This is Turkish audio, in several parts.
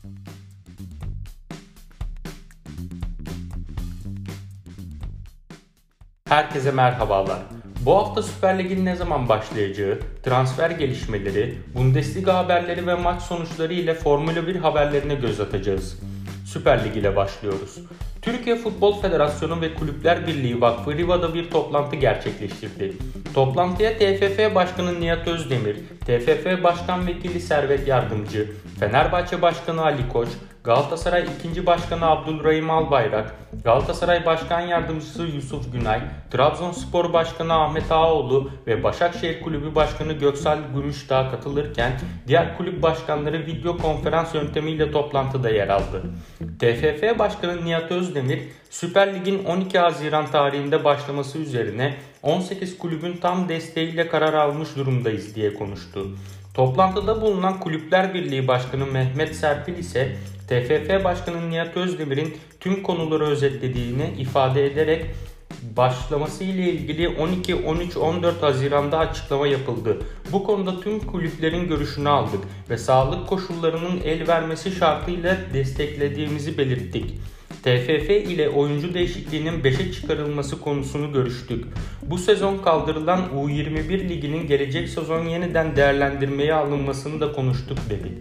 Herkese merhabalar. Bu hafta Süper Lig'in ne zaman başlayacağı, transfer gelişmeleri, Bundesliga haberleri ve maç sonuçları ile Formula 1 haberlerine göz atacağız. Süper Lig ile başlıyoruz. Türkiye Futbol Federasyonu ve Kulüpler Birliği Vakfı Riva'da bir toplantı gerçekleştirdi. Toplantıya TFF Başkanı Nihat Özdemir, TFF Başkan Vekili Servet Yardımcı, Fenerbahçe Başkanı Ali Koç, Galatasaray 2. Başkanı Abdülrahim Albayrak, Galatasaray Başkan Yardımcısı Yusuf Günay, Trabzonspor Başkanı Ahmet Ağaoğlu ve Başakşehir Kulübü Başkanı Göksel Gümüşdağ katılırken diğer kulüp başkanları video konferans yöntemiyle toplantıda yer aldı. TFF Başkanı Nihat Özdemir, Süper Lig'in 12 Haziran tarihinde başlaması üzerine 18 kulübün tam desteğiyle karar almış durumdayız diye konuştu. Toplantıda bulunan Kulüpler Birliği Başkanı Mehmet Serpil ise TFF Başkanı Nihat Özdemir'in tüm konuları özetlediğini ifade ederek başlaması ile ilgili 12, 13, 14 Haziran'da açıklama yapıldı. Bu konuda tüm kulüplerin görüşünü aldık ve sağlık koşullarının el vermesi şartıyla desteklediğimizi belirttik. TFF ile oyuncu değişikliğinin 5'e çıkarılması konusunu görüştük. Bu sezon kaldırılan U21 liginin gelecek sezon yeniden değerlendirmeye alınmasını da konuştuk dedi.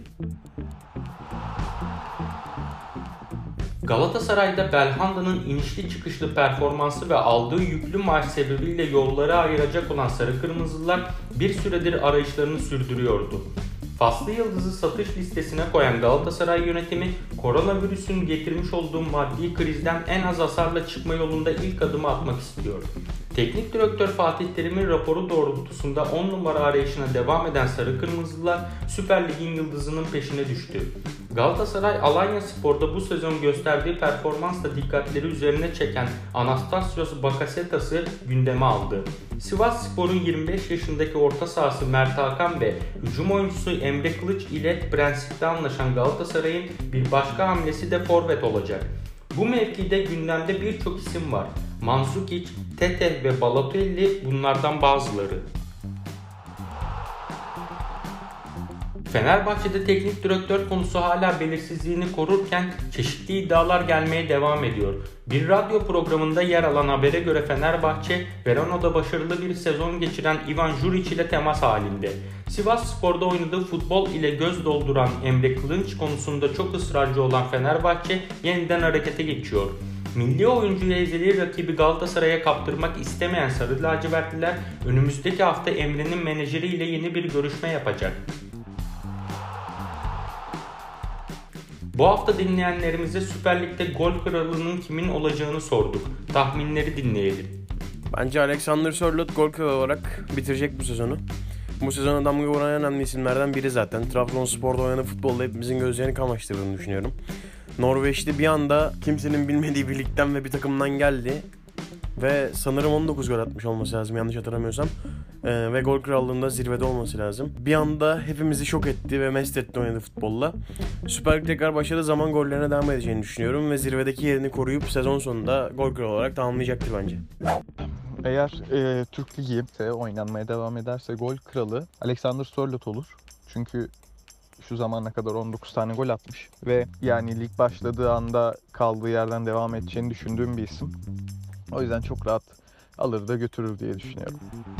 Galatasaray'da Belhanda'nın inişli çıkışlı performansı ve aldığı yüklü maaş sebebiyle yolları ayıracak olan Sarı Kırmızılar bir süredir arayışlarını sürdürüyordu. Faslı Yıldız'ı satış listesine koyan Galatasaray yönetimi koronavirüsün getirmiş olduğu maddi krizden en az hasarla çıkma yolunda ilk adımı atmak istiyor. Teknik direktör Fatih Terim'in raporu doğrultusunda 10 numara arayışına devam eden Sarı Kırmızılar Süper Lig'in yıldızının peşine düştü. Galatasaray Alanyaspor'da bu sezon gösterdiği performansla dikkatleri üzerine çeken Anastasios Bakasetas'ı gündeme aldı. Sivasspor'un 25 yaşındaki orta sahası Mert Hakan ve hücum oyuncusu Emre Kılıç ile prensipte anlaşan Galatasaray'ın bir başka hamlesi de forvet olacak. Bu mevkide gündemde birçok isim var. Mandzukic, Tete ve Balotelli bunlardan bazıları. Fenerbahçe'de teknik direktör konusu hala belirsizliğini korurken çeşitli iddialar gelmeye devam ediyor. Bir radyo programında yer alan habere göre Fenerbahçe, Verano'da başarılı bir sezon geçiren Ivan Juric ile temas halinde. Sivasspor'da oynadığı futbol ile göz dolduran Emre Kılınç konusunda çok ısrarcı olan Fenerbahçe yeniden harekete geçiyor. Milli oyuncuyu ezeli rakibi Galatasaray'a kaptırmak istemeyen Sarı Lacivertliler önümüzdeki hafta Emre'nin menajeriyle yeni bir görüşme yapacak. Bu hafta dinleyenlerimize Süper Lig'de gol kralının kimin olacağını sorduk. Tahminleri dinleyelim. Bence Alexander Sörloth gol kralı olarak bitirecek bu sezonu. Bu sezona damga vuran en önemli isimlerden biri zaten. Trabzonspor'da oynadığı futbolda hepimizin gözlerini kamaştırdığını düşünüyorum. Norveç'te bir anda kimsenin bilmediği bir ligden ve bir takımdan geldi. Ve sanırım 19 gol atmış olması lazım yanlış hatırlamıyorsam. Ve gol krallığında zirvede olması lazım. Bir anda hepimizi şok etti ve mest etti oynadığı futbolla. Süper Lig tekrar başladığı zaman gollerine devam edeceğini düşünüyorum. Ve zirvedeki yerini koruyup sezon sonunda gol kralı olarak tamamlayacaktır bence. Eğer Türk Ligi oynanmaya devam ederse gol kralı Alexander Sörloth olur. Çünkü şu zamana kadar 19 tane gol atmış. Ve yani lig başladığı anda kaldığı yerden devam edeceğini düşündüğüm bir isim. O yüzden çok rahat alır da götürür diye düşünüyorum.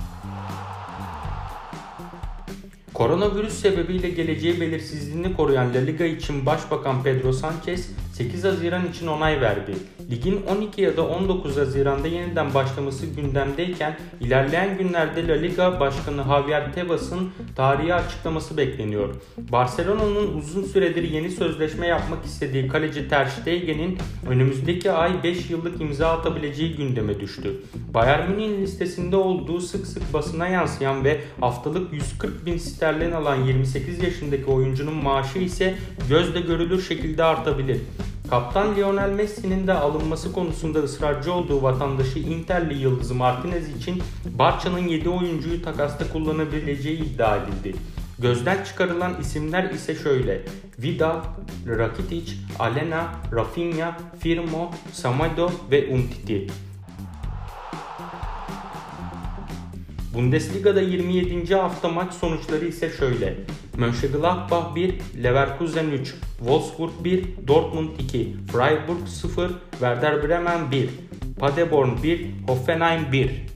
Koronavirüs sebebiyle geleceği belirsizliğini koruyan La Liga için Başbakan Pedro Sanchez 8 Haziran için onay verdi. Ligin 12 ya da 19 Haziran'da yeniden başlaması gündemdeyken ilerleyen günlerde La Liga Başkanı Javier Tebas'ın tarihi açıklaması bekleniyor. Barcelona'nın uzun süredir yeni sözleşme yapmak istediği kaleci Ter Stegen'in önümüzdeki ay 5 yıllık imza atabileceği gündeme düştü. Bayern Münih'in listesinde olduğu sık sık basına yansıyan ve haftalık 140.000 sterlin alan 28 yaşındaki oyuncunun maaşı ise gözle görülür şekilde artabilir. Kaptan Lionel Messi'nin de alınması konusunda ısrarcı olduğu vatandaşı Inter'li yıldızı Martinez için Barça'nın 7 oyuncuyu takasta kullanabileceği iddia edildi. Gözden çıkarılan isimler ise şöyle: Vidal, Rakitic, Alena, Rafinha, Firmo, Semedo ve Umtiti. Bundesliga'da 27. hafta maç sonuçları ise şöyle. Mönchengladbach 1, Leverkusen 3, Wolfsburg 1, Dortmund 2, Freiburg 0, Werder Bremen 1, Paderborn 1, Hoffenheim 1.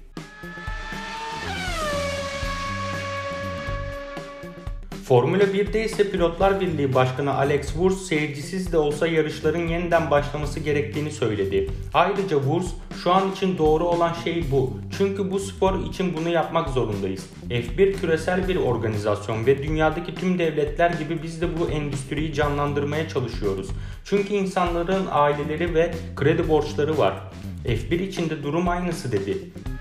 Formula 1'de ise Pilotlar Birliği Başkanı Alex Wurz seyircisiz de olsa yarışların yeniden başlaması gerektiğini söyledi. Ayrıca Wurz, şu an için doğru olan şey bu. Çünkü bu spor için bunu yapmak zorundayız. F1 küresel bir organizasyon ve dünyadaki tüm devletler gibi biz de bu endüstriyi canlandırmaya çalışıyoruz. Çünkü insanların aileleri ve kredi borçları var. F1 için de durum aynısı dedi.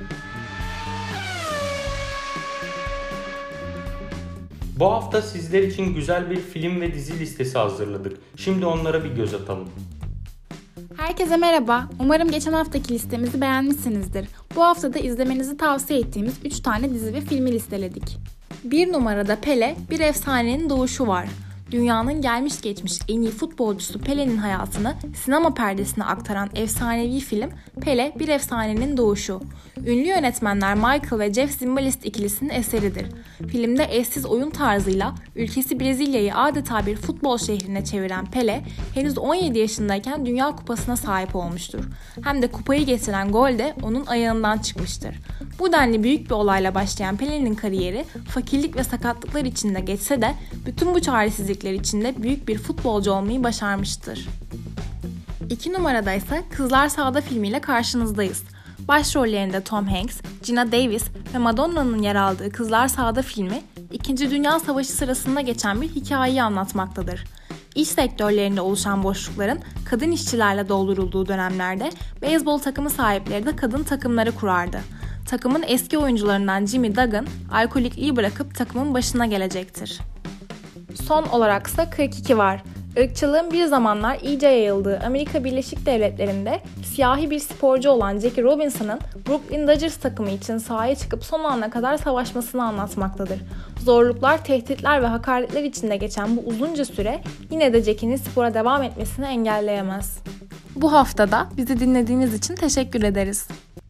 Bu hafta sizler için güzel bir film ve dizi listesi hazırladık. Şimdi onlara bir göz atalım. Herkese merhaba. Umarım geçen haftaki listemizi beğenmişsinizdir. Bu hafta da izlemenizi tavsiye ettiğimiz 3 tane dizi ve filmi listeledik. 1 numarada Pele, bir efsanenin doğuşu var. Dünyanın gelmiş geçmiş en iyi futbolcusu Pele'nin hayatını sinema perdesine aktaran efsanevi film Pele, bir efsanenin doğuşu. Ünlü yönetmenler Michael ve Jeff Zimbalist ikilisinin eseridir. Filmde eşsiz oyun tarzıyla ülkesi Brezilya'yı adeta bir futbol şehrine çeviren Pele, henüz 17 yaşındayken Dünya Kupası'na sahip olmuştur. Hem de kupayı getiren gol de onun ayağından çıkmıştır. Bu denli büyük bir olayla başlayan Pele'nin kariyeri fakirlik ve sakatlıklar içinde geçse de bütün bu çaresizlikler içinde büyük bir futbolcu olmayı başarmıştır. 2 numarada ise Kızlar Sahada filmiyle karşınızdayız. Başrollerinde Tom Hanks, Gina Davis ve Madonna'nın yer aldığı Kızlar Sahada filmi, 2. Dünya Savaşı sırasında geçen bir hikayeyi anlatmaktadır. İş sektörlerinde oluşan boşlukların kadın işçilerle doldurulduğu dönemlerde beyzbol takımı sahipleri de kadın takımları kurardı. Takımın eski oyuncularından Jimmy Duggan, alkolikliği bırakıp takımın başına gelecektir. Son olaraksa 42 var. Irkçılığın bir zamanlar iyice yayıldığı Amerika Birleşik Devletleri'nde siyahi bir sporcu olan Jackie Robinson'ın Brooklyn Dodgers takımı için sahaya çıkıp son ana kadar savaşmasını anlatmaktadır. Zorluklar, tehditler ve hakaretler içinde geçen bu uzunca süre yine de Jackie'nin spora devam etmesini engelleyemez. Bu haftada bizi dinlediğiniz için teşekkür ederiz.